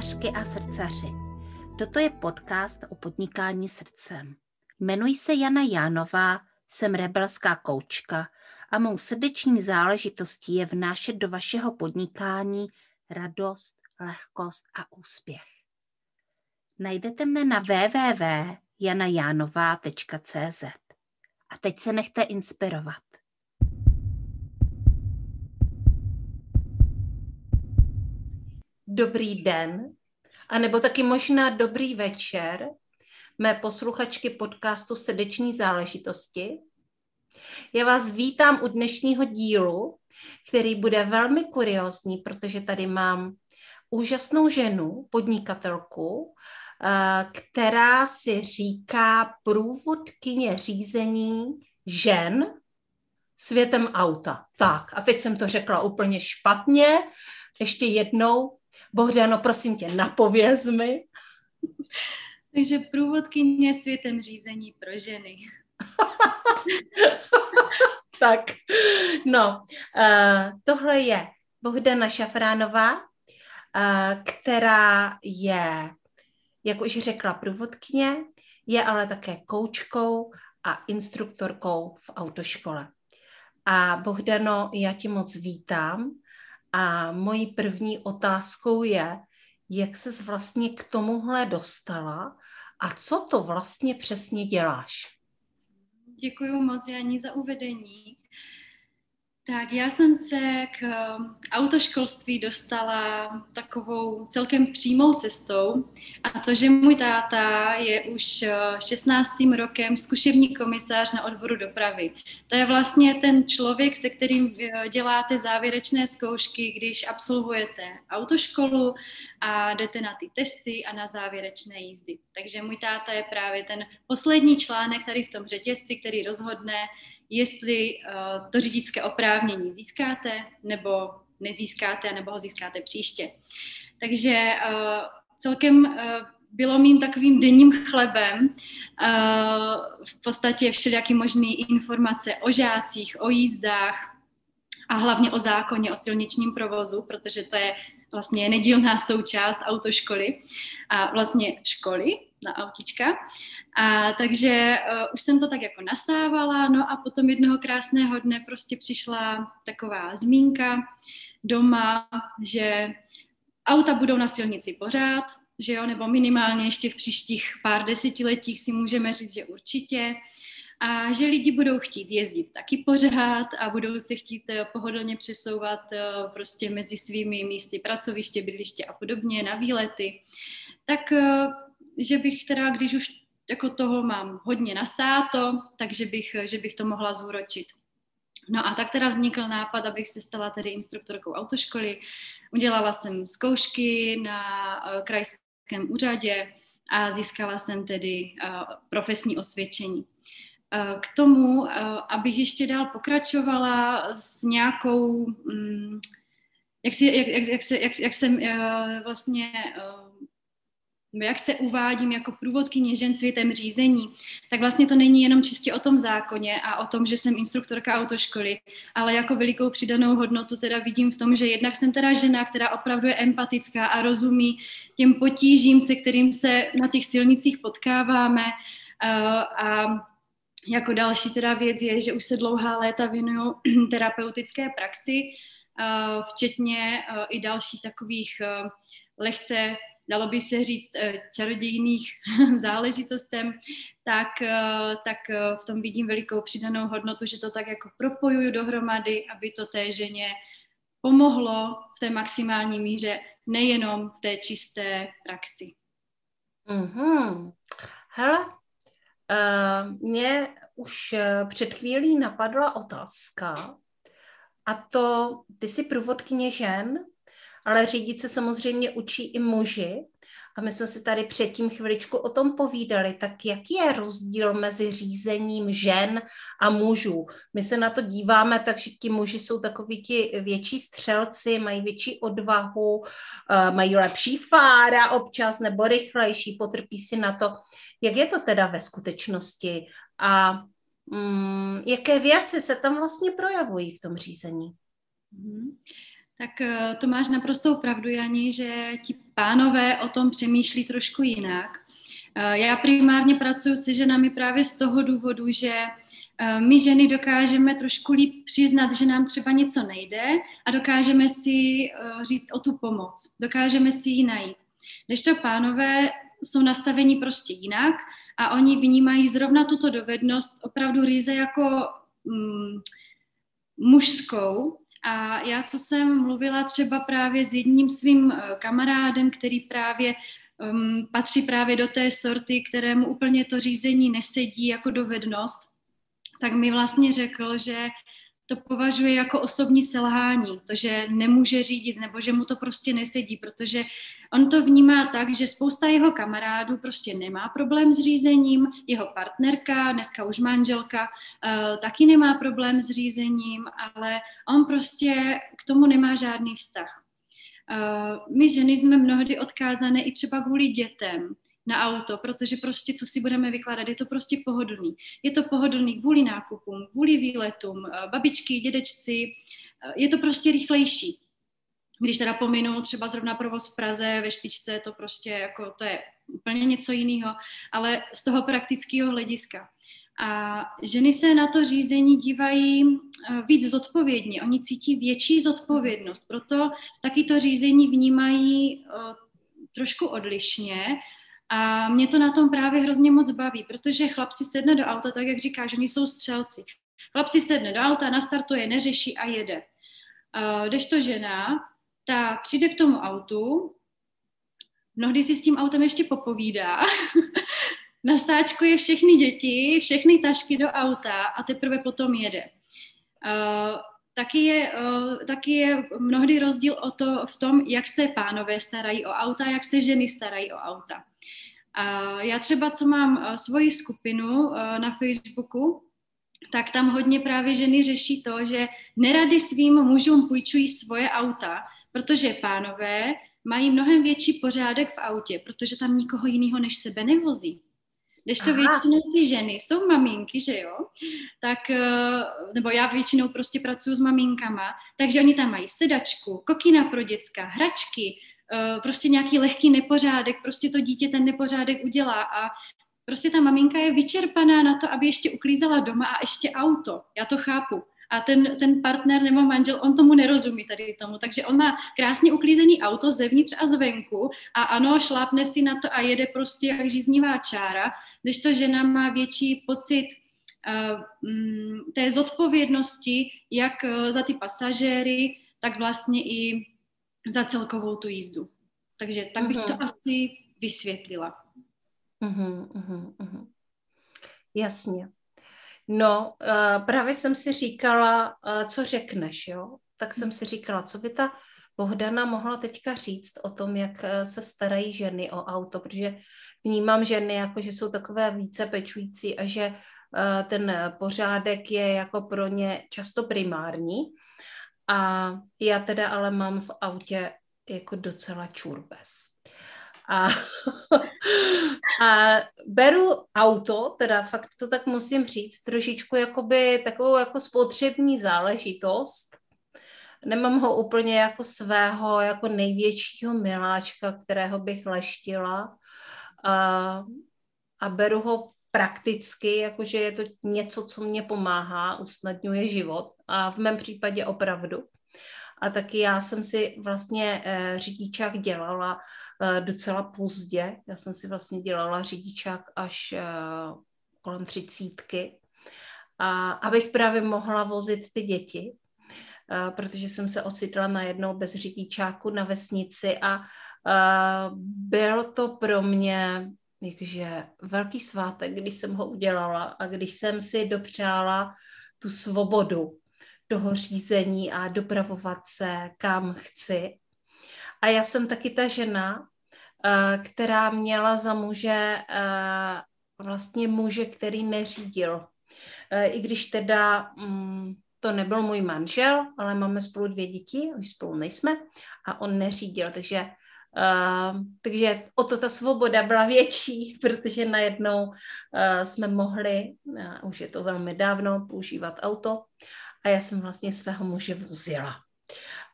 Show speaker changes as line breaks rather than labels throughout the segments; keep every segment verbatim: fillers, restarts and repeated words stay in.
srdcařky a srdcaři. Toto je podcast o podnikání srdcem. Jmenuji se Jana Jánová, jsem rebelská koučka a mou srdeční záležitostí je vnášet do vašeho podnikání radost, lehkost a úspěch. Najdete mne na w w w tečka jana jánová tečka c z. A teď se nechte inspirovat. Dobrý den, anebo taky možná dobrý večer, mé posluchačky podcastu Srdeční záležitosti. Já vás vítám u dnešního dílu, který bude velmi kuriózní, protože tady mám úžasnou ženu, podnikatelku, která si říká průvodkyně řízení žen světem auta. Tak, a teď jsem to řekla úplně špatně. Ještě jednou. Bohdano, prosím tě, napověz mi.
Takže průvodkyně světem řízení pro ženy.
Tak, no, uh, tohle je Bohdana Šafránová, uh, která je, jak už řekla, průvodkyně, je ale také koučkou a instruktorkou v autoškole. A Bohdano, já tě moc vítám. A mojí první otázkou je, jak ses vlastně k tomuhle dostala a co to vlastně přesně děláš?
Děkuji moc, Janí, za uvedení. Tak já jsem se k autoškolství dostala takovou celkem přímou cestou a to, že můj táta je už šestnáctým rokem zkušební komisař na odboru dopravy. To je vlastně ten člověk, se kterým děláte závěrečné zkoušky, když absolvujete autoškolu a jdete na ty testy a na závěrečné jízdy. Takže můj táta je právě ten poslední článek tady v tom řetězci, který rozhodne, jestli uh, to řidičské oprávnění získáte, nebo nezískáte, nebo ho získáte příště. Takže uh, celkem uh, bylo mým takovým denním chlebem uh, v podstatě všelijaký možný informace o žácích, o jízdách a hlavně o zákoně, o silničním provozu, protože to je vlastně nedílná součást autoškoly a vlastně školy na autička. A takže uh, už jsem to tak jako nasávala, no a potom jednoho krásného dne prostě přišla taková zmínka doma, že auta budou na silnici pořád, že jo, nebo minimálně ještě v příštích pár desetiletích si můžeme říct, že určitě. A že lidi budou chtít jezdit taky pořád a budou se chtít pohodlně přesouvat prostě mezi svými místy pracoviště, bydliště a podobně na výlety. Tak, že bych teda, když už jako toho mám hodně nasáto, takže bych, že bych to mohla zúročit. No a tak teda vznikl nápad, abych se stala tedy instruktorkou autoškoly. Udělala jsem zkoušky na krajském úřadě a získala jsem tedy profesní osvědčení. K tomu, abych ještě dál pokračovala s nějakou, jak, si, jak, jak, jak, se, jak, jak jsem vlastně, jak se uvádím jako průvodkyně žen světem řízení, tak vlastně to není jenom čistě o tom zákoně a o tom, že jsem instruktorka autoškoly, ale jako velikou přidanou hodnotu teda vidím v tom, že jednak jsem teda žena, která opravdu je empatická a rozumí těm potížím, se kterým se na těch silnicích potkáváme a jako další teda věc je, že už se dlouhá léta věnuju terapeutické praxi, včetně i dalších takových lehce, dalo by se říct, čarodějných záležitostem, tak, tak v tom vidím velikou přidanou hodnotu, že to tak jako propojuju dohromady, aby to té ženě pomohlo v té maximální míře, nejenom v té čisté praxi.
Mm-hmm. Hele, Uh, mě už před chvílí napadla otázka a to, ty jsi průvodkyně žen, ale řídit se samozřejmě učí i muži a my jsme si tady předtím chviličku o tom povídali, tak jaký je rozdíl mezi řízením žen a mužů? My se na to díváme, takže ti muži jsou takoví ti větší střelci, mají větší odvahu, uh, mají lepší fára občas nebo rychlejší, potrpí si na to. Jak je to teda ve skutečnosti a mm, jaké věci se tam vlastně projavují v tom řízení?
Mm-hmm. Tak to máš naprostou pravdu, Jani, že ti pánové o tom přemýšlí trošku jinak. Já primárně pracuji se ženami právě z toho důvodu, že my ženy dokážeme trošku líp přiznat, že nám třeba něco nejde a dokážeme si říct o tu pomoc. Dokážeme si ji najít. Kdežto pánové jsou nastavení prostě jinak a oni vnímají zrovna tuto dovednost opravdu ryze jako mm, mužskou. A já, co jsem mluvila třeba právě s jedním svým kamarádem, který právě um, patří právě do té sorty, kterému úplně to řízení nesedí jako dovednost, tak mi vlastně řekl, že to považuje jako osobní selhání, to, že nemůže řídit nebo že mu to prostě nesedí, protože on to vnímá tak, že spousta jeho kamarádů prostě nemá problém s řízením, jeho partnerka, dneska už manželka, uh, taky nemá problém s řízením, ale on prostě k tomu nemá žádný vztah. Uh, my ženy jsme mnohdy odkázané i třeba kvůli dětem na auto, protože prostě, co si budeme vykládat, je to prostě pohodlný. Je to pohodlný kvůli nákupům, kvůli výletům, babičky, dědečci, je to prostě rychlejší. Když teda pominu třeba zrovna provoz v Praze ve špičce, to prostě jako, to je úplně něco jiného, ale z toho praktického hlediska. A ženy se na to řízení dívají víc zodpovědně, oni cítí větší zodpovědnost, proto taky to řízení vnímají uh, trošku odlišně. A mě to na tom právě hrozně moc baví, protože chlap si sedne do auta, tak jak říká, že oni jsou střelci. Chlap si sedne do auta, nastartuje, neřeší a jede. Kdežto žena, ta přijde k tomu autu, mnohdy si s tím autem ještě popovídá, nasáčkuje všechny děti, všechny tašky do auta a teprve potom jede. Taky je, taky je mnohdy rozdíl o to, v tom, jak se pánové starají o auta, jak se ženy starají o auta. A já třeba, co mám svoji skupinu na Facebooku, tak tam hodně právě ženy řeší to, že nerady svým mužům půjčují svoje auta, protože pánové mají mnohem větší pořádek v autě, protože tam nikoho jiného než sebe nevozí. Kdežto většinou ty ženy jsou maminky, že jo, tak, nebo já většinou prostě pracuji s maminkama, takže oni tam mají sedačku, kokina pro děcka, hračky, prostě nějaký lehký nepořádek, prostě to dítě ten nepořádek udělá a prostě ta maminka je vyčerpaná na to, aby ještě uklízela doma a ještě auto. Já to chápu. A ten, ten partner nebo manžel, on tomu nerozumí tady tomu, takže on má krásně uklízený auto zevnitř a zvenku a ano, šlápne si na to a jede prostě jak žíznivá čára, kdežto žena má větší pocit uh, um, té zodpovědnosti, jak uh, za ty pasažéry, tak vlastně i za celkovou tu jízdu. Takže tak bych uh-huh. to asi vysvětlila.
Uh-huh, uh-huh, uh-huh. Jasně. No, uh, právě jsem si říkala, uh, co řekneš, jo? Tak jsem si říkala, co by ta Bohdana mohla teďka říct o tom, jak uh, se starají ženy o auto, protože vnímám ženy jako, že jsou takové více pečující a že uh, ten pořádek je jako pro ně často primární. A já teda ale mám v autě jako docela čurbes. A, a beru auto, teda fakt to tak musím říct, trošičku jakoby takovou jako spotřební záležitost. Nemám ho úplně jako svého jako největšího miláčka, kterého bych leštila. A, a beru ho prakticky, jakože je to něco, co mě pomáhá, usnadňuje život a v mém případě opravdu. A taky já jsem si vlastně eh, řidičák dělala eh, docela pozdě. Já jsem si vlastně dělala řidičák až eh, kolem třicítky. A abych právě mohla vozit ty děti, eh, protože jsem se ocitla najednou bez řidičáku na vesnici a eh, bylo to pro mě jakože velký svátek, když jsem ho udělala a když jsem si dopřála tu svobodu toho řízení a dopravovat se kam chci. A já jsem taky ta žena, která měla za muže vlastně muže, který neřídil. I když teda to nebyl můj manžel, ale máme spolu dvě děti, už spolu nejsme a on neřídil, takže Uh, takže o to ta svoboda byla větší, protože najednou uh, jsme mohli, uh, už je to velmi dávno, používat auto a já jsem vlastně svého muže vozila.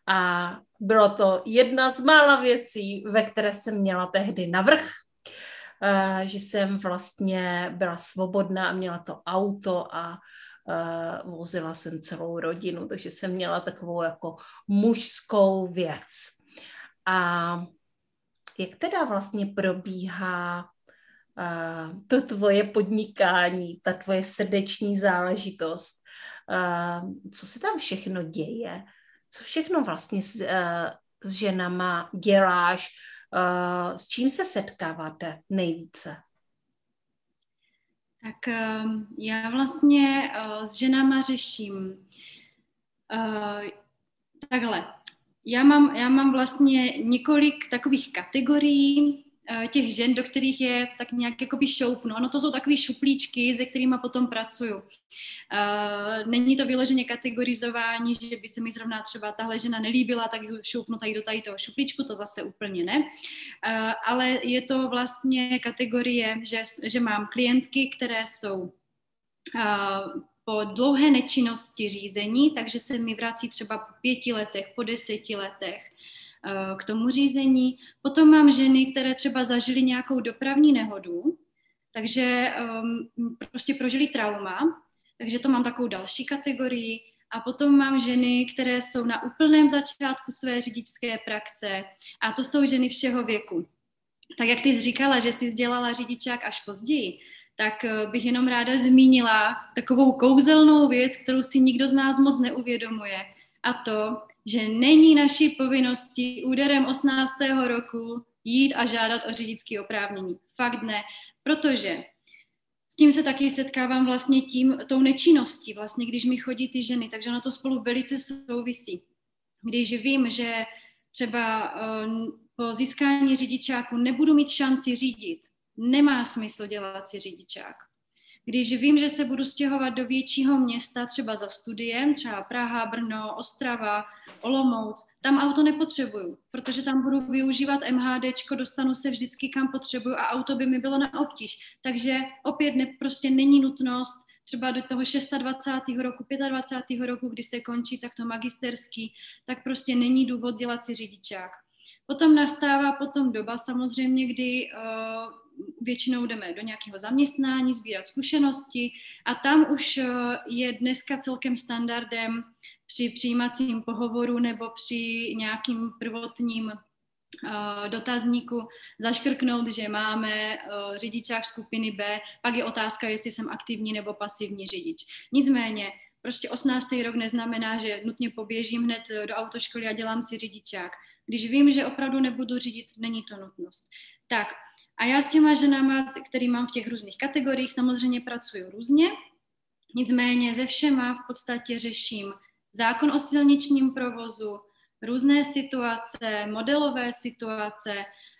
A bylo to jedna z mála věcí, ve které jsem měla tehdy navrch, že jsem vlastně byla svobodná a měla to auto a vozila jsem celou rodinu, takže jsem měla takovou jako mužskou věc. A jak teda vlastně probíhá uh, to tvoje podnikání, ta tvoje srdeční záležitost? Uh, co se tam všechno děje? Co všechno vlastně s, uh, s ženama děláš? Uh, s čím se setkáváte nejvíce?
Tak uh, já vlastně uh, s ženama řeším uh, takhle. Já mám, já mám vlastně několik takových kategorií těch žen, do kterých je tak nějak jakoby šoupnu. Ono to jsou takové šuplíčky, se kterými potom pracuju. Není to vyloženě kategorizování, že by se mi zrovna třeba tahle žena nelíbila, tak ji šoupnu tady do tady toho šuplíčku, to zase úplně ne. Ale je to vlastně kategorie, že, že mám klientky, které jsou po dlouhé nečinnosti řízení, takže se mi vrací třeba po pěti letech, po deseti letech k tomu řízení. Potom mám ženy, které třeba zažily nějakou dopravní nehodu, takže um, prostě prožili trauma, takže to mám takovou další kategorii. A potom mám ženy, které jsou na úplném začátku své řidičské praxe a to jsou ženy všeho věku. Tak jak ty jsi říkala, že jsi dělala řidičák až později, tak bych jenom ráda zmínila takovou kouzelnou věc, kterou si nikdo z nás moc neuvědomuje. A to, že není naší povinností úderem osmnáctého roku jít a žádat o řidičské oprávnění. Fakt ne, protože s tím se taky setkávám vlastně tím, tou nečinností, vlastně, když mi chodí ty ženy, takže ono to spolu velice souvisí. Když vím, že třeba um, po získání řidičáku nebudu mít šanci řídit, nemá smysl dělat si řidičák. Když vím, že se budu stěhovat do většího města, třeba za studiem, třeba Praha, Brno, Ostrava, Olomouc, tam auto nepotřebuju, protože tam budu využívat MHDčko, dostanu se vždycky kam potřebuju a auto by mi bylo na obtíž. Takže opět ne, prostě není nutnost třeba do toho dvacátého šestého roku, dvacátého pátého roku, kdy se končí takto magisterský, tak prostě není důvod dělat si řidičák. Potom nastává potom doba samozřejmě, kdy uh, většinou jdeme do nějakého zaměstnání, sbírat zkušenosti a tam už je dneska celkem standardem při přijímacím pohovoru nebo při nějakým prvotním uh, dotazníku zaškrknout, že máme uh, řidičák skupiny B, pak je otázka, jestli jsem aktivní nebo pasivní řidič. Nicméně, prostě osmnáctý rok neznamená, že nutně poběžím hned do autoškoly a dělám si řidičák. Když vím, že opravdu nebudu řídit, není to nutnost. Tak, a já s těma ženama, který mám v těch různých kategoriích, samozřejmě pracuji různě, nicméně ze všema v podstatě řeším zákon o silničním provozu, různé situace, modelové situace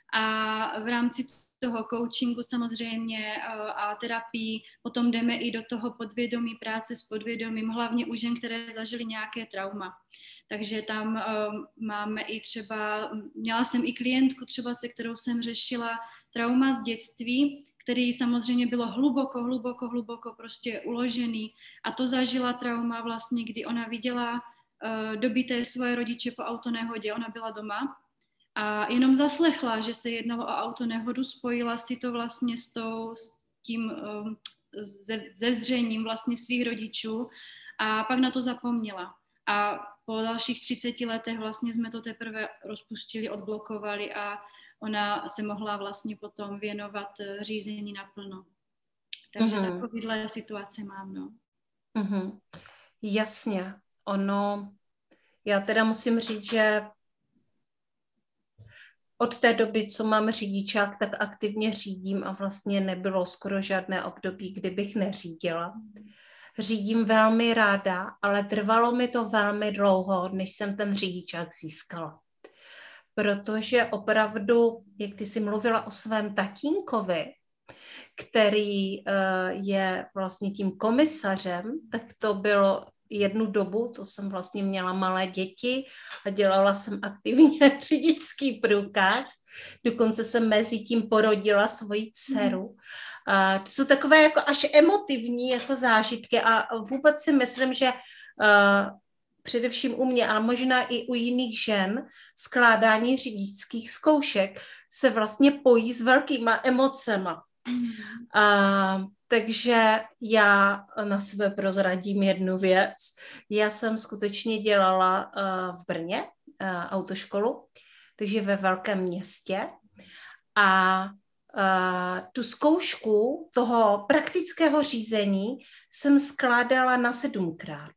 a v rámci toho coachingu samozřejmě a terapii potom jdeme i do toho podvědomí, práce s podvědomím, hlavně u žen, které zažily nějaké trauma. Takže tam uh, máme i třeba, měla jsem i klientku třeba, se kterou jsem řešila trauma z dětství, který samozřejmě bylo hluboko, hluboko, hluboko prostě uložený a to zažila trauma vlastně, kdy ona viděla uh, dobité svoje rodiče po autonehodě, ona byla doma a jenom zaslechla, že se jednalo o autonehodu, spojila si to vlastně s, tou, s tím um, ze zřením vlastně svých rodičů a pak na to zapomněla. A po dalších třiceti letech vlastně jsme to teprve rozpustili, odblokovali a ona se mohla vlastně potom věnovat řízení naplno. Takže uh-huh. takovýhle situace mám, no.
Uh-huh. Jasně. Ono, já teda musím říct, že od té doby, co mám řidičák, tak aktivně řídím a vlastně nebylo skoro žádné období, kdybych neřídila. Řídím velmi ráda, ale trvalo mi to velmi dlouho, než jsem ten řidičák získala. Protože opravdu, jak ty jsi mluvila o svém tatínkovi, který uh, je vlastně tím komisařem, tak to bylo jednu dobu, to jsem vlastně měla malé děti a dělala jsem aktivně řidičský průkaz. Dokonce jsem mezi tím porodila svoji dceru. Uh, to jsou takové jako až emotivní jako zážitky a vůbec si myslím, že uh, především u mě, ale možná i u jiných žen, skládání řidičských zkoušek se vlastně pojí s velkýma emocema. Mm. A, takže já na sebe prozradím jednu věc. Já jsem skutečně dělala uh, v Brně uh, autoškolu, takže ve velkém městě. A uh, tu zkoušku toho praktického řízení jsem skládala na sedmkrát.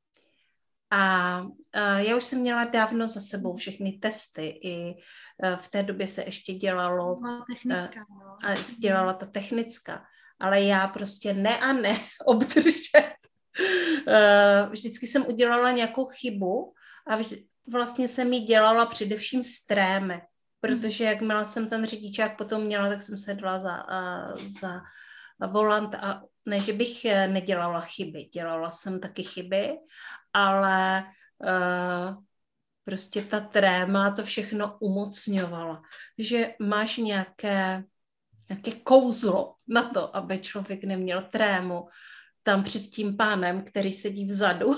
A uh, já už jsem měla dávno za sebou všechny testy. I uh, v té době se ještě dělalo...
Byla technická. No.
A dělala ta technická. Ale já prostě ne a ne obdržet. Uh, vždycky jsem udělala nějakou chybu a vždy, vlastně jsem ji dělala především z trémy. Protože jakmile jsem ten řidičák potom měla, tak jsem sedla za, uh, za volant a ne, že bych nedělala chyby. Dělala jsem taky chyby, ale uh, prostě ta tréma to všechno umocňovala. Že máš nějaké, nějaké kouzlo na to, aby člověk neměl trému tam před tím pánem, který sedí vzadu.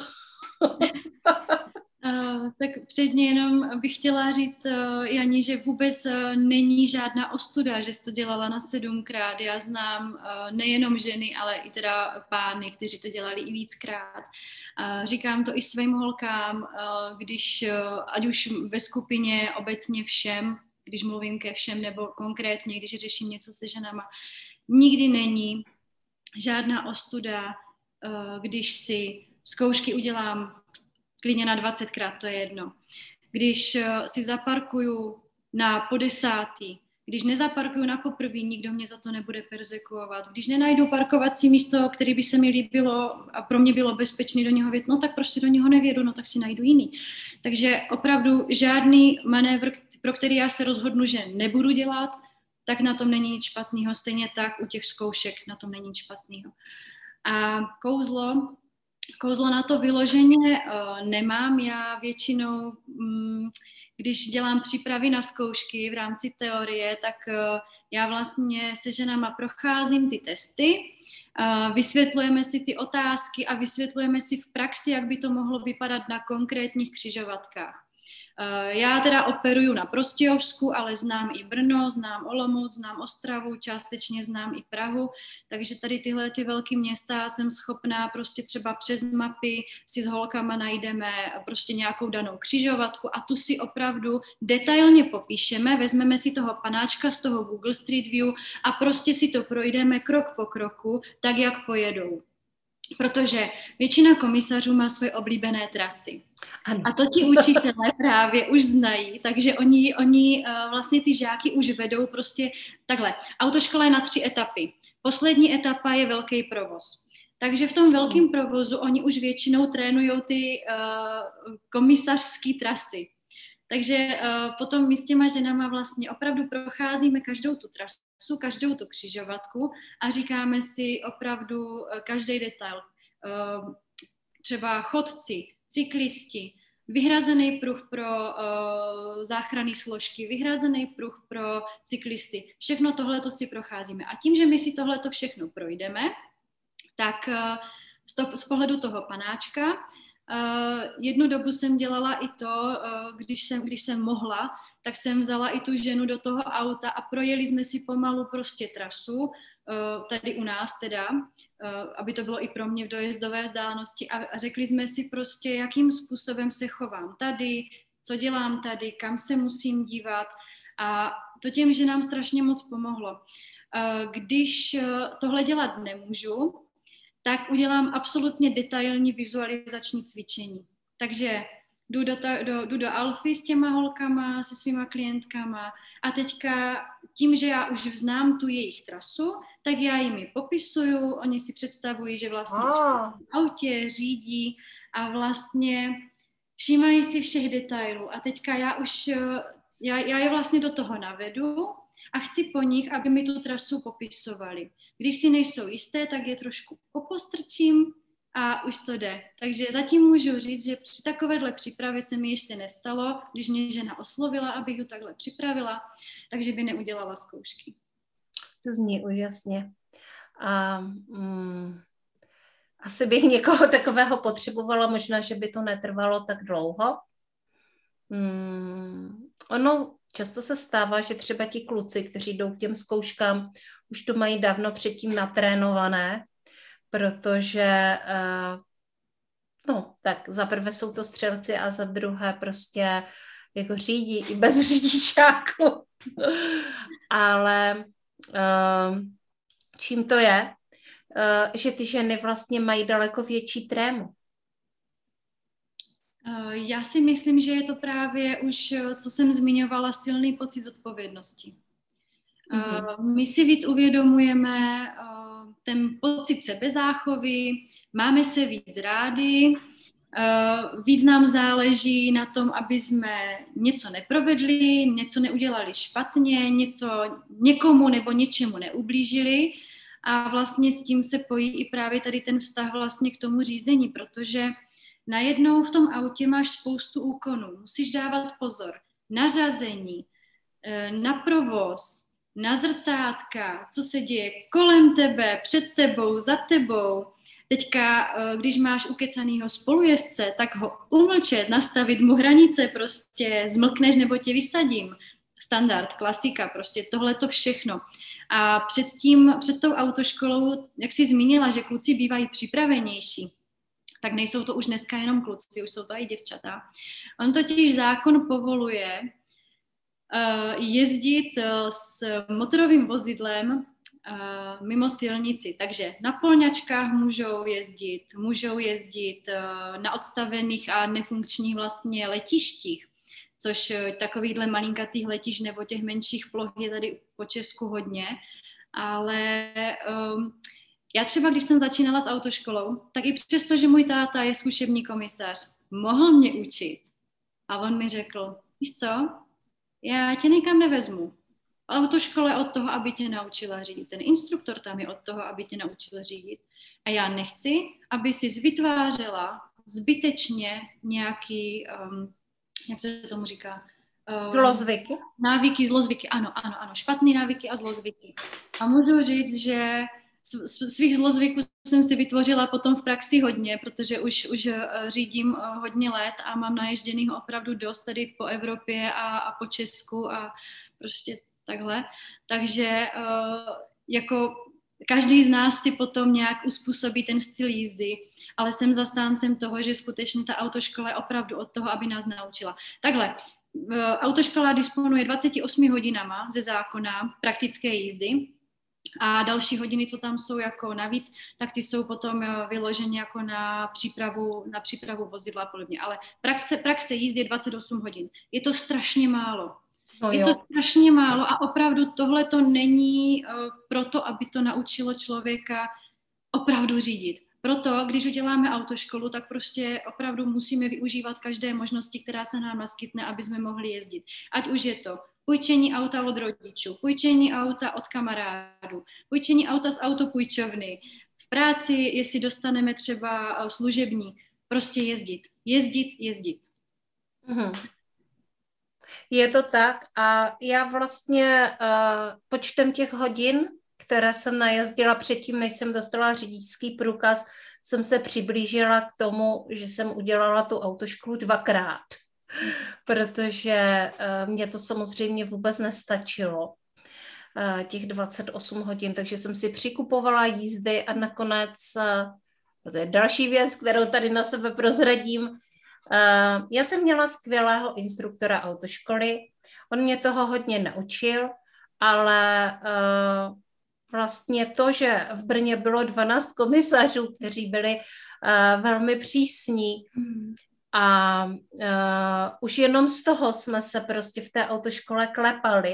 Uh, tak předně jenom bych chtěla říct, uh, Jani, že vůbec uh, není žádná ostuda, že jsi to dělala na sedmkrát. Já znám uh, nejenom ženy, ale i teda pány, kteří to dělali i víckrát. Uh, říkám to i svým holkám, uh, když, uh, ať už ve skupině obecně všem, když mluvím ke všem, nebo konkrétně, když řeším něco se ženama, nikdy není žádná ostuda, uh, když si zkoušky udělám klidně na dvacetkrát, to je jedno. Když uh, si zaparkuju na podesátý, když nezaparkuju na poprvý, nikdo mě za to nebude perzekuovat. Když nenajdu parkovací místo, který by se mi líbilo a pro mě bylo bezpečný do něho vjet, no tak prostě do něho nevědu, no tak si najdu jiný. Takže opravdu žádný manévr, pro který já se rozhodnu, že nebudu dělat, tak na tom není nic špatného. Stejně tak u těch zkoušek na tom není nic špatného. A kouzlo, kouzlo na to vyloženě uh, nemám. Já většinou, um, když dělám přípravy na zkoušky v rámci teorie, tak uh, já vlastně se ženama procházím ty testy, uh, vysvětlujeme si ty otázky a vysvětlujeme si v praxi, jak by to mohlo vypadat na konkrétních křižovatkách. Já teda operuju na Prostějovsku, ale znám i Brno, znám Olomouc, znám Ostravu, částečně znám i Prahu, takže tady tyhle ty velké města jsem schopná prostě třeba přes mapy si s holkama najdeme prostě nějakou danou křižovatku a tu si opravdu detailně popíšeme, vezmeme si toho panáčka z toho Google Street View a prostě si to projdeme krok po kroku, tak jak pojedou. Protože většina komisařů má svoje oblíbené trasy. Ano. A to ti učitelé právě už znají, takže oni, oni uh, vlastně ty žáky už vedou prostě takhle. Autoškola je na tři etapy. Poslední etapa je velký provoz. Takže v tom velkém provozu oni už většinou trénujou ty uh, komisařské trasy. Takže uh, potom my s těma ženama vlastně opravdu procházíme každou tu trasu, každou tu křižovatku a říkáme si opravdu uh, každý detail. Uh, třeba chodci, cyklisti, vyhrazený pruh pro uh, záchranné složky, vyhrazený pruh pro cyklisty. Všechno tohleto si procházíme. A tím, že my si tohleto všechno projdeme, tak uh, z, to, z pohledu toho panáčka, uh, jednu dobu jsem dělala i to, uh, když, jsem, když jsem mohla, tak jsem vzala i tu ženu do toho auta a projeli jsme si pomalu prostě trasu, tady u nás teda, aby to bylo i pro mě v dojezdové vzdálenosti a řekli jsme si prostě, jakým způsobem se chovám tady, co dělám tady, kam se musím dívat a to těm, že nám strašně moc pomohlo. Když tohle dělat nemůžu, tak udělám absolutně detailní vizualizační cvičení. Takže jdu do, ta, do, jdu do Alfy s těma holkama, se svýma klientkama a teďka tím, že já už znám tu jejich trasu, tak já jim ji popisuju, oni si představují, že vlastně oh. už v autě řídí a vlastně všímají si všech detailů a teďka já už, já, já je vlastně do toho navedu a chci po nich, aby mi tu trasu popisovali. Když si nejsou jisté, tak je trošku popostrčím a už to jde. Takže zatím můžu říct, že při takovéhle přípravě se mi ještě nestalo, když mě žena oslovila, abych ju takhle připravila, takže by neudělala zkoušky.
To zní úžasně. A, mm, asi bych někoho takového potřebovala, možná, že by to netrvalo tak dlouho. Hmm, ono často se stává, že třeba ti kluci, kteří jdou k těm zkouškám, už to mají dávno předtím natrénované, protože uh, no, tak za prvé jsou to střelci a za druhé prostě jako řídí i bez řidičáku. Ale uh, čím to je? Uh, že ty ženy vlastně mají daleko větší trému.
Já si myslím, že je to právě už, co jsem zmiňovala, silný pocit zodpovědnosti. Mm-hmm. My si víc uvědomujeme ten pocit sebezáchovy, máme se víc rádi, víc nám záleží na tom, aby jsme něco neprovedli, něco neudělali špatně, něco někomu nebo něčemu neublížili. A vlastně s tím se pojí i právě tady ten vztah vlastně k tomu řízení, protože najednou v tom autě máš spoustu úkonů. Musíš dávat pozor na řazení, na provoz, na zrcátka, co se děje kolem tebe, před tebou, za tebou. Teďka, když máš ukecanýho spolujezdce, tak ho umlčet, nastavit mu hranice, prostě zmlkneš nebo tě vysadím. Standard, klasika, prostě tohle to všechno. A před tím, před tou autoškolou, jak jsi zmínila, že kluci bývají připravenější, tak nejsou to už dneska jenom kluci, už jsou to i děvčata. On totiž zákon povoluje uh, jezdit uh, s motorovým vozidlem uh, mimo silnici. Takže na polňačkách můžou jezdit, můžou jezdit uh, na odstavených a nefunkčních vlastně letištích, což takovýchhle malinkatých letišť nebo těch menších ploch je tady po Česku hodně. Ale um, já třeba, když jsem začínala s autoškolou, tak i přesto, že můj táta je zkušební komisař, mohl mě učit. A on mi řekl, víš co, já tě nikam nevezmu. Autoškola je od toho, aby tě naučila řídit. Ten instruktor tam je od toho, aby tě naučil řídit. A já nechci, aby jsi vytvářela zbytečně nějaký... Um, jak se tomu říká?
Um, zlozvyky?
Návyky, zlozvyky, ano, ano, ano, špatný návyky a zlozvyky. A můžu říct, že svých zlozvyků jsem si vytvořila potom v praxi hodně, protože už, už řídím hodně let a mám naježděných opravdu dost tady po Evropě a, a po Česku a prostě takhle. Takže jako každý z nás si potom nějak uspůsobí ten styl jízdy, ale jsem zastáncem toho, že skutečně ta autoškola je opravdu od toho, aby nás naučila. Takhle, autoškola disponuje dvaceti osmi hodinama ze zákona praktické jízdy a další hodiny, co tam jsou jako navíc, tak ty jsou potom vyloženě jako na přípravu, na přípravu vozidla a podobně. Ale praxe, praxe jízdy je dvacet osm hodin. Je to strašně málo. No je to strašně málo a opravdu tohle to není uh, proto, aby to naučilo člověka opravdu řídit. Proto, když uděláme autoškolu, tak prostě opravdu musíme využívat každé možnosti, která se nám naskytne, aby jsme mohli jezdit. Ať už je to půjčení auta od rodičů, půjčení auta od kamarádů, půjčení auta z autopůjčovny, v práci, jestli dostaneme třeba služební, prostě jezdit, jezdit, jezdit.
Mhm. Je to tak a já vlastně uh, počtem těch hodin, které jsem najezdila předtím, než jsem dostala řidičský průkaz, jsem se přiblížila k tomu, že jsem udělala tu autoškolu dvakrát, protože uh, mě to samozřejmě vůbec nestačilo, uh, těch dvacet osm hodin, takže jsem si přikupovala jízdy a nakonec, uh, to je další věc, kterou tady na sebe prozradím. Uh, já jsem měla skvělého instruktora autoškoly, on mě toho hodně naučil, ale uh, vlastně to, že v Brně bylo dvanáct komisařů, kteří byli uh, velmi přísní a uh, už jenom z toho jsme se prostě v té autoškole klepali,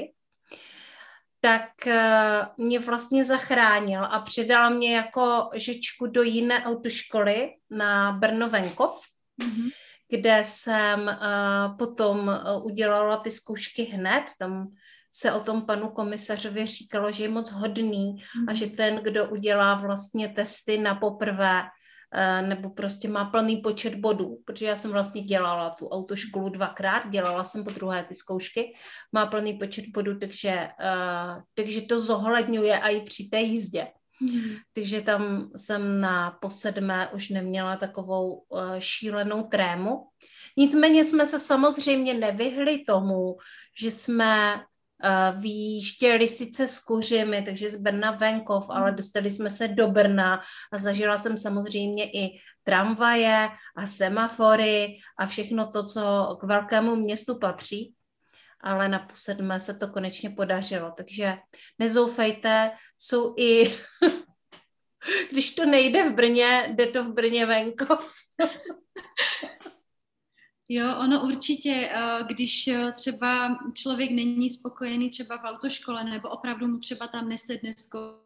tak uh, mě vlastně zachránil a přidal mě jako žečku do jiné autoškoly na Brno-Venkov, mm-hmm. kde jsem uh, potom uh, udělala ty zkoušky hned. Tam se o tom panu komisařovi říkalo, že je moc hodný mm. a že ten, kdo udělá vlastně testy na poprvé, uh, nebo prostě má plný počet bodů, protože já jsem vlastně dělala tu autoškolu dvakrát, dělala jsem po druhé ty zkoušky, má plný počet bodů, takže, uh, takže to zohledňuje i při té jízdě. Hmm. Takže tam jsem na posedmé už neměla takovou uh, šílenou trému. Nicméně jsme se samozřejmě nevyhli tomu, že jsme uh, vyjížděli sice s kuřimi, takže z Brna venkov, ale dostali jsme se do Brna a zažila jsem samozřejmě i tramvaje a semafory a všechno to, co k velkému městu patří. Ale na posedmé se to konečně podařilo, takže nezoufejte, jsou i, když to nejde v Brně, jde to v Brně venkov.
Jo, ono určitě, když třeba člověk není spokojený třeba v autoškole, nebo opravdu mu třeba tam nesedne zkouška,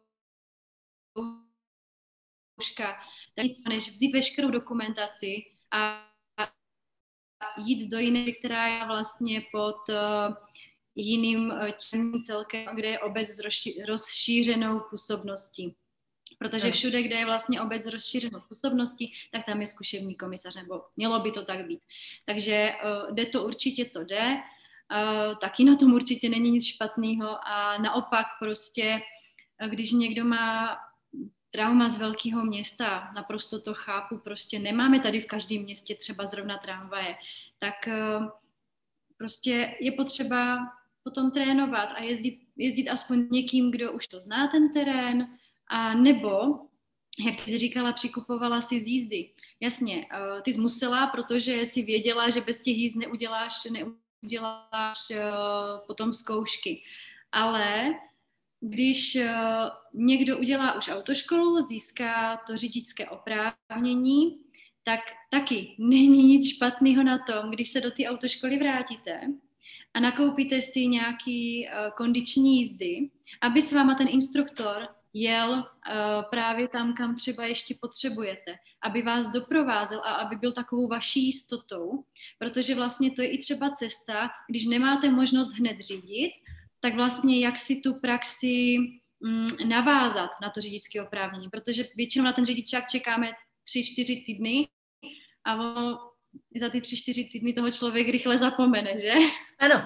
tak nic než vzít veškerou dokumentaci a jít do jiné, která je vlastně pod uh, jiným tím celkem, kde je obec s rozši- rozšířenou působností. Protože všude, kde je vlastně obec s rozšířenou působností, tak tam je zkušební komisař, nebo mělo by to tak být. Takže uh, jde to určitě, to jde. Uh, taky na tom určitě není nic špatného a naopak prostě, když někdo má trauma z velkého města, naprosto to chápu, prostě nemáme tady v každém městě třeba zrovna tramvaje, tak prostě je potřeba potom trénovat a jezdit, jezdit aspoň někým, kdo už to zná ten terén, a nebo, jak ty jsi říkala, přikupovala si z jízdy. Jasně, ty jsi musela, protože jsi věděla, že bez těch jízd neuděláš, neuděláš potom zkoušky. Ale když někdo udělá už autoškolu, získá to řidičské oprávnění, tak taky není nic špatného na tom, když se do té autoškoly vrátíte a nakoupíte si nějaký kondiční jízdy, aby s váma ten instruktor jel právě tam, kam třeba ještě potřebujete, aby vás doprovázel a aby byl takovou vaší jistotou, protože vlastně to je i třeba cesta, když nemáte možnost hned řídit, tak vlastně jak si tu praxi mm, navázat na to řidičské oprávnění, protože většinou na ten řidičák čekáme tři, čtyři týdny a ono, za ty tři, čtyři týdny toho člověk rychle zapomene, že?
Ano.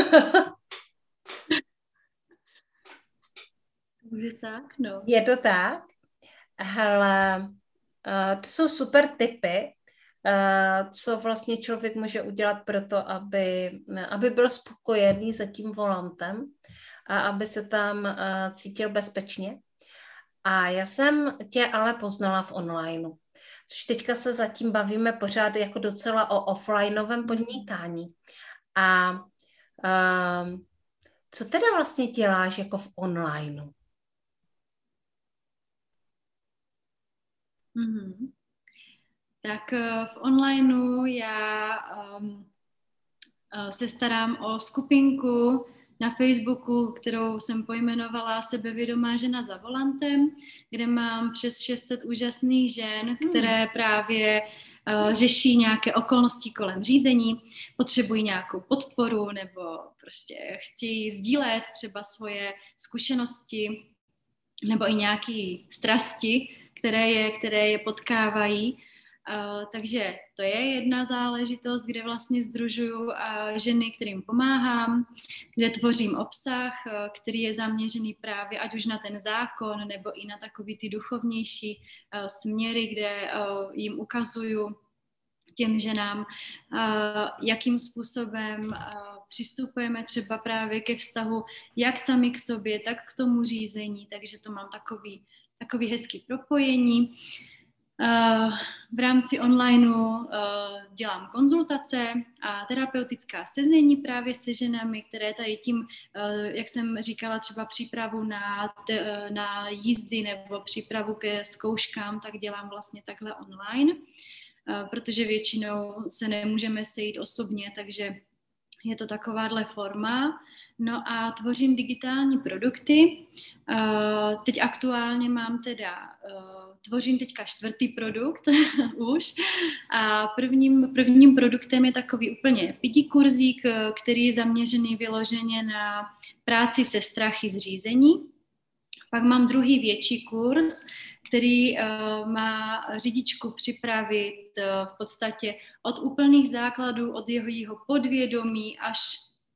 Je tak, no.
Je to tak. Hele, uh, to jsou super tipy, uh, co vlastně člověk může udělat pro to, aby, aby byl spokojený za tím volantem a aby se tam uh, cítil bezpečně. A já jsem tě ale poznala v onlineu, což teďka se zatím bavíme pořád jako docela o offlineovém podnikání. A uh, co teda vlastně děláš jako v onlineu?
Mm-hmm. Tak v onlineu já um, se starám o skupinku na Facebooku, kterou jsem pojmenovala Sebevědomá žena za volantem, kde mám přes šest set úžasných žen, které právě uh, řeší nějaké okolnosti kolem řízení, potřebují nějakou podporu nebo prostě chtějí sdílet třeba svoje zkušenosti nebo i nějaké strasti, které je, které je potkávají. Uh, takže to je jedna záležitost, kde vlastně sdružuju uh, ženy, kterým pomáhám, kde tvořím obsah, uh, který je zaměřený právě ať už na ten zákon, nebo i na takový ty duchovnější uh, směry, kde uh, jim ukazuju těm ženám, uh, jakým způsobem uh, přistupujeme třeba právě ke vztahu jak sami k sobě, tak k tomu řízení, takže to mám takový, takový hezký propojení. Uh, v rámci onlineu uh, dělám konzultace a terapeutická sezení právě se ženami, které tady tím, uh, jak jsem říkala, třeba přípravu na, te, na jízdy nebo přípravu ke zkouškám, tak dělám vlastně takhle online, uh, protože většinou se nemůžeme sejít osobně, takže je to takováhle forma. No a tvořím digitální produkty. Uh, teď aktuálně mám teda, uh, tvořím teďka čtvrtý produkt už a prvním, prvním produktem je takový úplně pidi kurzík, který je zaměřený vyloženě na práci se strachy z řízení. Pak mám druhý větší kurz, který uh, má řidičku připravit uh, v podstatě od úplných základů, od jeho, jeho podvědomí až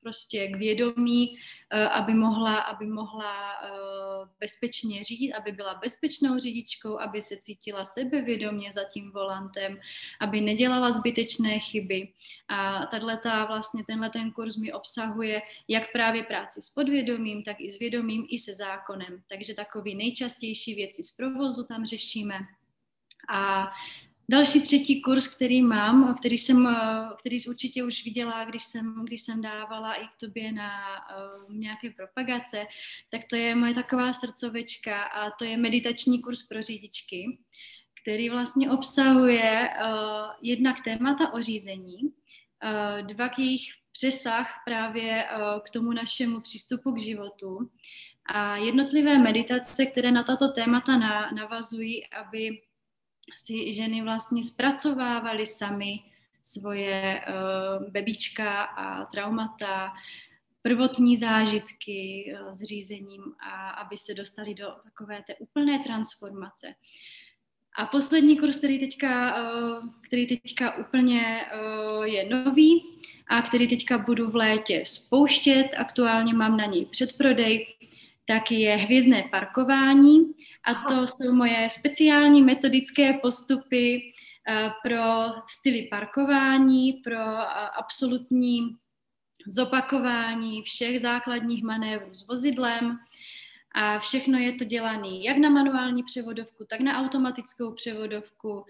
prostě k vědomí, aby mohla, aby mohla bezpečně řídit, aby byla bezpečnou řidičkou, aby se cítila sebevědomě za tím volantem, aby nedělala zbytečné chyby. A tato, vlastně tenhle ten kurz mi obsahuje jak právě práci s podvědomím, tak i s vědomím, i se zákonem. Takže takový nejčastější věci z provozu tam řešíme. A další třetí kurz, který mám, který jsem, který jsi určitě už viděla, když jsem, když jsem dávala i k tobě na uh, nějaké propagace, tak to je moje taková srdcovečka a to je meditační kurz pro řidičky, který vlastně obsahuje uh, jednak témata o řízení, uh, dva k jejich přesah právě uh, k tomu našemu přístupu k životu a jednotlivé meditace, které na tato témata na, navazují, aby si ženy vlastně zpracovávaly sami svoje uh, bebíčka a traumata, prvotní zážitky uh, s řízením a aby se dostali do takové té úplné transformace. A poslední kurz, který teďka, uh, který teďka úplně uh, je nový a který teďka budu v létě spouštět, aktuálně mám na něj předprodej, tak je hvězdné parkování. A to jsou moje speciální metodické postupy uh, pro styly parkování, pro uh, absolutní zopakování všech základních manévrů s vozidlem. A všechno je to dělané jak na manuální převodovku, tak na automatickou převodovku, uh,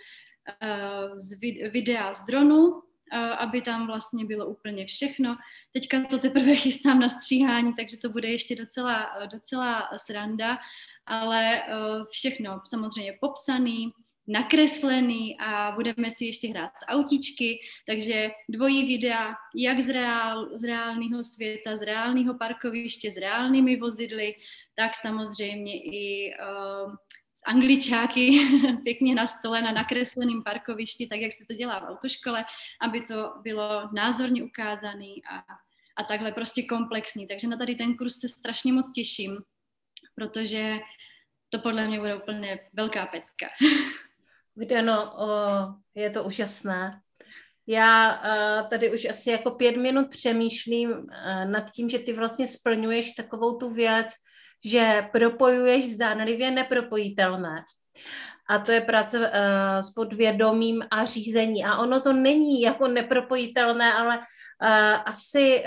z vid- videa z dronu, uh, aby tam vlastně bylo úplně všechno. Teďka to teprve chystám na stříhání, takže to bude ještě docela, docela sranda. Ale uh, všechno samozřejmě popsaný, nakreslený a budeme si ještě hrát s autíčky, takže dvojí videa, jak z, reál, z reálného světa, z reálného parkoviště, s reálnými vozidly, tak samozřejmě i uh, s angličáky pěkně na stole na nakresleném parkovišti, tak jak se to dělá v autoškole, aby to bylo názorně ukázané a, a takhle prostě komplexní. Takže na tady ten kurz se strašně moc těším, protože to podle mě bude úplně velká pecka.
Dano, je to úžasné. Já tady už asi jako pět minut přemýšlím nad tím, že ty vlastně splňuješ takovou tu věc, že propojuješ zdánlivě nepropojitelné. A to je práce s podvědomím a řízení. A ono to není jako nepropojitelné, ale asi...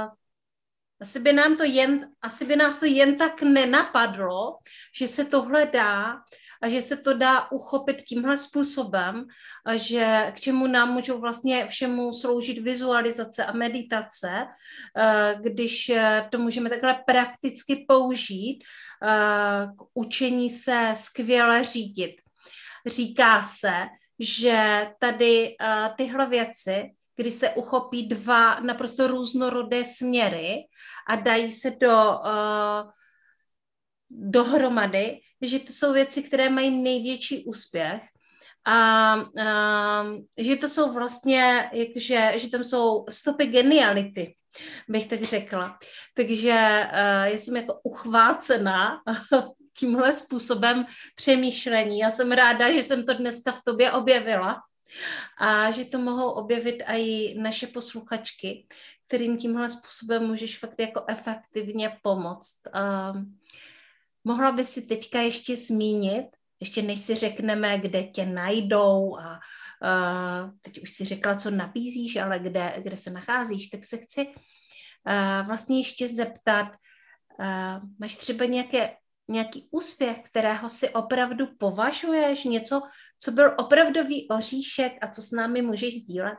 Asi by, nám to jen, asi by nás to jen tak nenapadlo, že se tohle dá a že se to dá uchopit tímhle způsobem, a že k čemu nám můžou vlastně všemu sloužit vizualizace a meditace, když to můžeme takhle prakticky použít k učení se skvěle řídit. Říká se, že tady tyhle věci, kdy se uchopí dva naprosto různorodé směry a dají se do, uh, dohromady, že to jsou věci, které mají největší úspěch a uh, že to jsou vlastně, jakže, že tam jsou stopy geniality, bych tak řekla. Takže uh, já jsem jako uchvácená tímhle způsobem přemýšlení. Já jsem ráda, že jsem to dneska v tobě objevila. A že to mohou objevit i naše posluchačky, kterým tímhle způsobem můžeš fakt jako efektivně pomoct. Uh, mohla by si teďka ještě zmínit, ještě než si řekneme, kde tě najdou a uh, teď už si řekla, co nabízíš, ale kde, kde se nacházíš, tak se chci uh, vlastně ještě zeptat, uh, máš třeba nějaké nějaký úspěch, kterého si opravdu považuješ, něco, co byl opravdový oříšek a co s námi můžeš sdílet?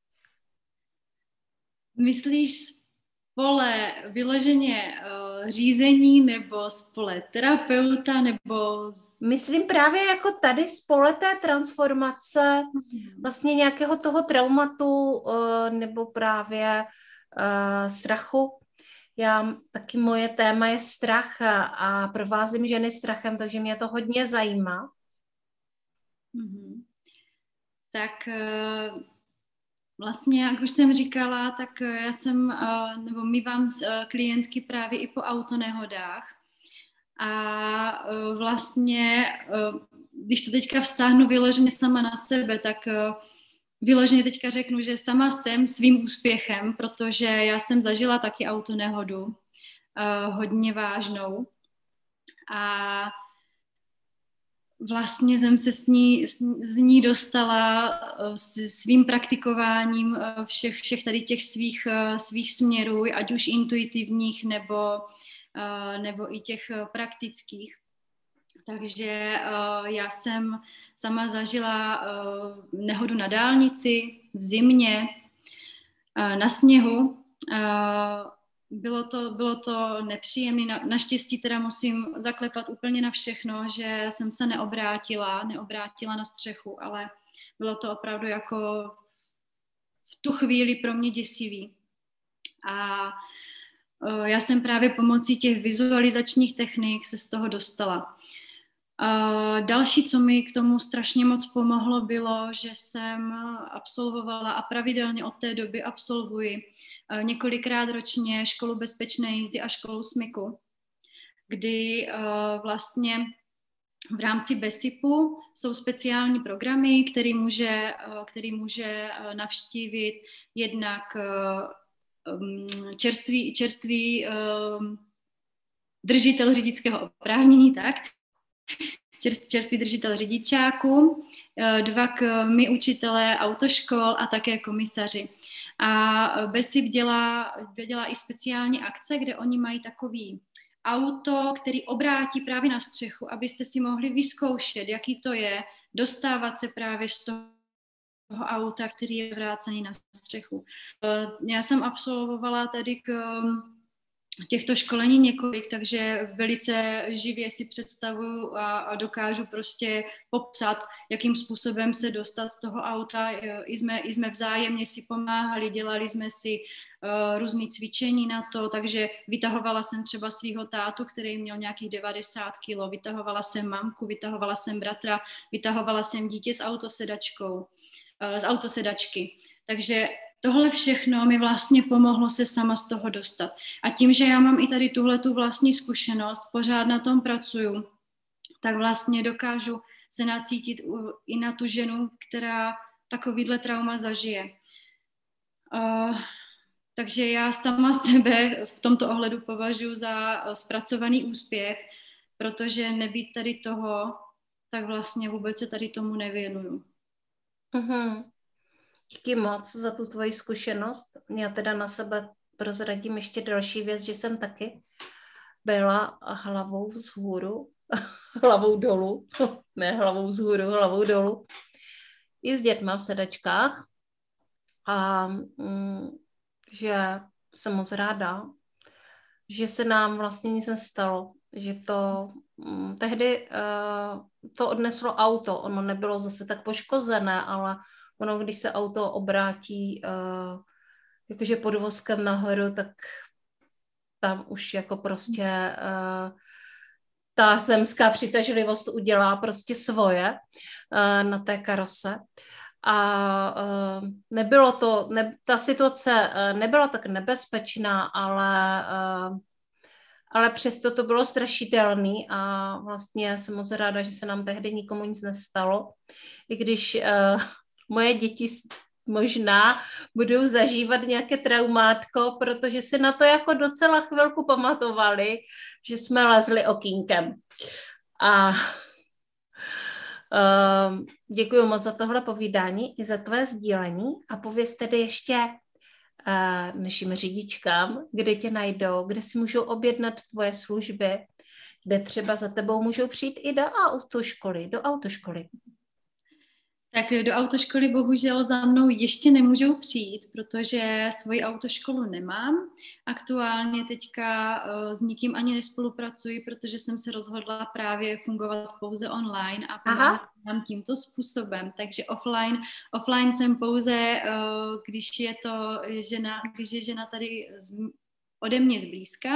Myslíš spole vyloženě uh, řízení nebo spole terapeuta nebo... Z...
Myslím právě jako tady spole té transformace, vlastně nějakého toho traumatu uh, nebo právě uh, strachu. Já, taky moje téma je strach a, a provázím ženy strachem, takže mě to hodně zajímá.
Mm-hmm. Tak vlastně, jak už jsem říkala, tak já jsem, nebo mívám klientky právě i po autonehodách. A vlastně, když to teďka vztáhnu vyloženě sama na sebe, tak vyloženě teďka řeknu, že sama jsem svým úspěchem, protože já jsem zažila taky autonehodu, uh, hodně vážnou. A vlastně jsem se s ní, z ní dostala svým praktikováním všech, všech tady těch svých, svých směrů, ať už intuitivních nebo, nebo i těch praktických. Takže já jsem sama zažila nehodu na dálnici, v zimě, na sněhu. Bylo to, bylo to nepříjemné, na, naštěstí teda musím zaklepat úplně na všechno, že jsem se neobrátila, neobrátila na střechu, ale bylo to opravdu jako v tu chvíli pro mě děsivý. A uh, já jsem právě pomocí těch vizualizačních technik se z toho dostala. Uh, další, co mi k tomu strašně moc pomohlo, bylo, že jsem absolvovala a pravidelně od té doby absolvuji uh, několikrát ročně školu bezpečné jízdy a školu smyku, kdy uh, vlastně v rámci BESIPu jsou speciální programy, který může, uh, který může uh, navštívit jednak uh, um, čerstvý, čerstvý uh, držitel řidičského oprávnění, tak, čerstvý držitel řidičáku, dva my učitelé autoškol a také komisaři. A BESIP dělá, dělá i speciální akce, kde oni mají takový auto, který obrátí právě na střechu, abyste si mohli vyzkoušet, jaký to je dostávat se právě z toho auta, který je vrácený na střechu. Já jsem absolvovala tady k těchto školení několik, takže velice živě si představuju a, a dokážu prostě popsat, jakým způsobem se dostat z toho auta. I jsme, i jsme vzájemně si pomáhali, dělali jsme si uh, různé cvičení na to, takže vytahovala jsem třeba svého tátu, který měl nějakých devadesát kilo, vytahovala jsem mamku, vytahovala jsem bratra, vytahovala jsem dítě s autosedačkou, uh, z autosedačky. Takže tohle všechno mi vlastně pomohlo se sama z toho dostat. A tím, že já mám i tady tuhletu vlastní zkušenost, pořád na tom pracuju, tak vlastně dokážu se nacítit i na tu ženu, která takovýhle trauma zažije. Uh, takže já sama sebe v tomto ohledu považuji za zpracovaný úspěch, protože nebýt tady toho, tak vlastně vůbec se tady tomu nevěnuju.
Uh-huh. Díky moc za tu tvoji zkušenost. Já teda na sebe prozradím ještě další věc, že jsem taky byla hlavou vzhůru, hlavou dolů, ne hlavou vzhůru, hlavou dolů, i s dětma v sedačkách. A mm, že jsem moc ráda, že se nám vlastně nic nestalo, že to mm, tehdy uh, to odneslo auto, ono nebylo zase tak poškozené, ale ono, když se auto obrátí uh, jakože podvozkem nahoru, tak tam už jako prostě uh, ta zemská přitažlivost udělá prostě svoje uh, na té karose. A uh, nebylo to, ne, ta situace uh, nebyla tak nebezpečná, ale, uh, ale přesto to bylo strašidelný a vlastně jsem moc ráda, že se nám tehdy nikomu nic nestalo. I když uh, moje děti možná budou zažívat nějaké traumátko, protože si na to jako docela chvilku pamatovali, že jsme lezli okýnkem. A uh, děkuji moc za tohle povídání i za tvé sdílení a pověz tedy ještě uh, našim řidičkám, kde tě najdou, kde si můžou objednat tvoje služby, kde třeba za tebou můžou přijít i do autoškoly, do autoškoly.
Tak do autoškoly bohužel za mnou ještě nemůžou přijít, protože svoji autoškolu nemám. Aktuálně teďka uh, s nikým ani nespolupracuji, protože jsem se rozhodla právě fungovat pouze online a pomáhat nám tímto způsobem. Takže offline, offline jsem pouze, uh, když je to žena, když je žena tady z, ode mě zblízka.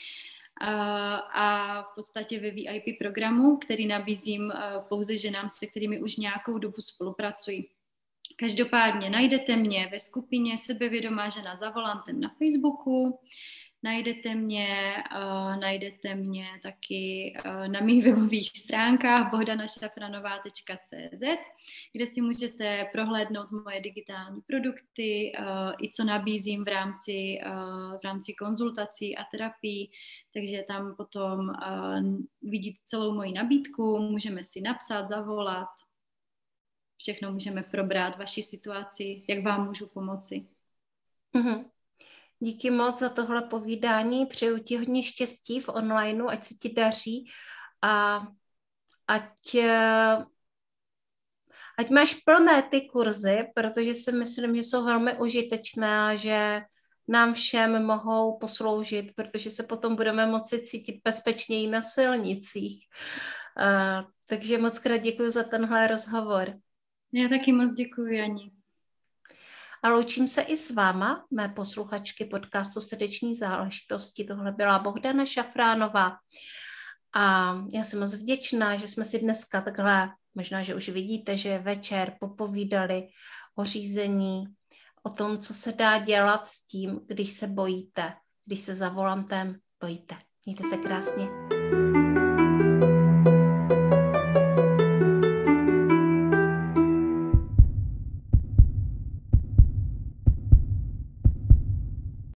A v podstatě ve V I P programu, který nabízím pouze ženám, se kterými už nějakou dobu spolupracuji. Každopádně najdete mě ve skupině Sebevědomá žena za volantem na Facebooku Najdete mě, uh, najdete mě taky uh, na mých webových stránkách bohdana šafranová tečka cé zet, kde si můžete prohlédnout moje digitální produkty, uh, i co nabízím v rámci, uh, v rámci konzultací a terapii, takže tam potom uh, vidíte celou moji nabídku, můžeme si napsat, zavolat, všechno můžeme probrat, vaši situaci, jak vám můžu pomoci.
Mm-hmm. Díky moc za tohle povídání, přeju ti hodně štěstí v onlineu, ať se ti daří a ať, ať máš plné ty kurzy, protože si myslím, že jsou velmi užitečné a že nám všem mohou posloužit, protože se potom budeme moci cítit bezpečněji na silnicích. Uh, takže moc krát děkuji za tenhle rozhovor.
Já taky moc děkuji, Jani.
A loučím se i s váma, mé posluchačky podcastu Srdeční záležitosti. Tohle byla Bohdana Šafránová. A já jsem moc vděčná, že jsme si dneska takhle, možná, že už vidíte, že je večer, popovídali o řízení, o tom, co se dá dělat s tím, když se bojíte, když se za volantem bojíte. Mějte se krásně.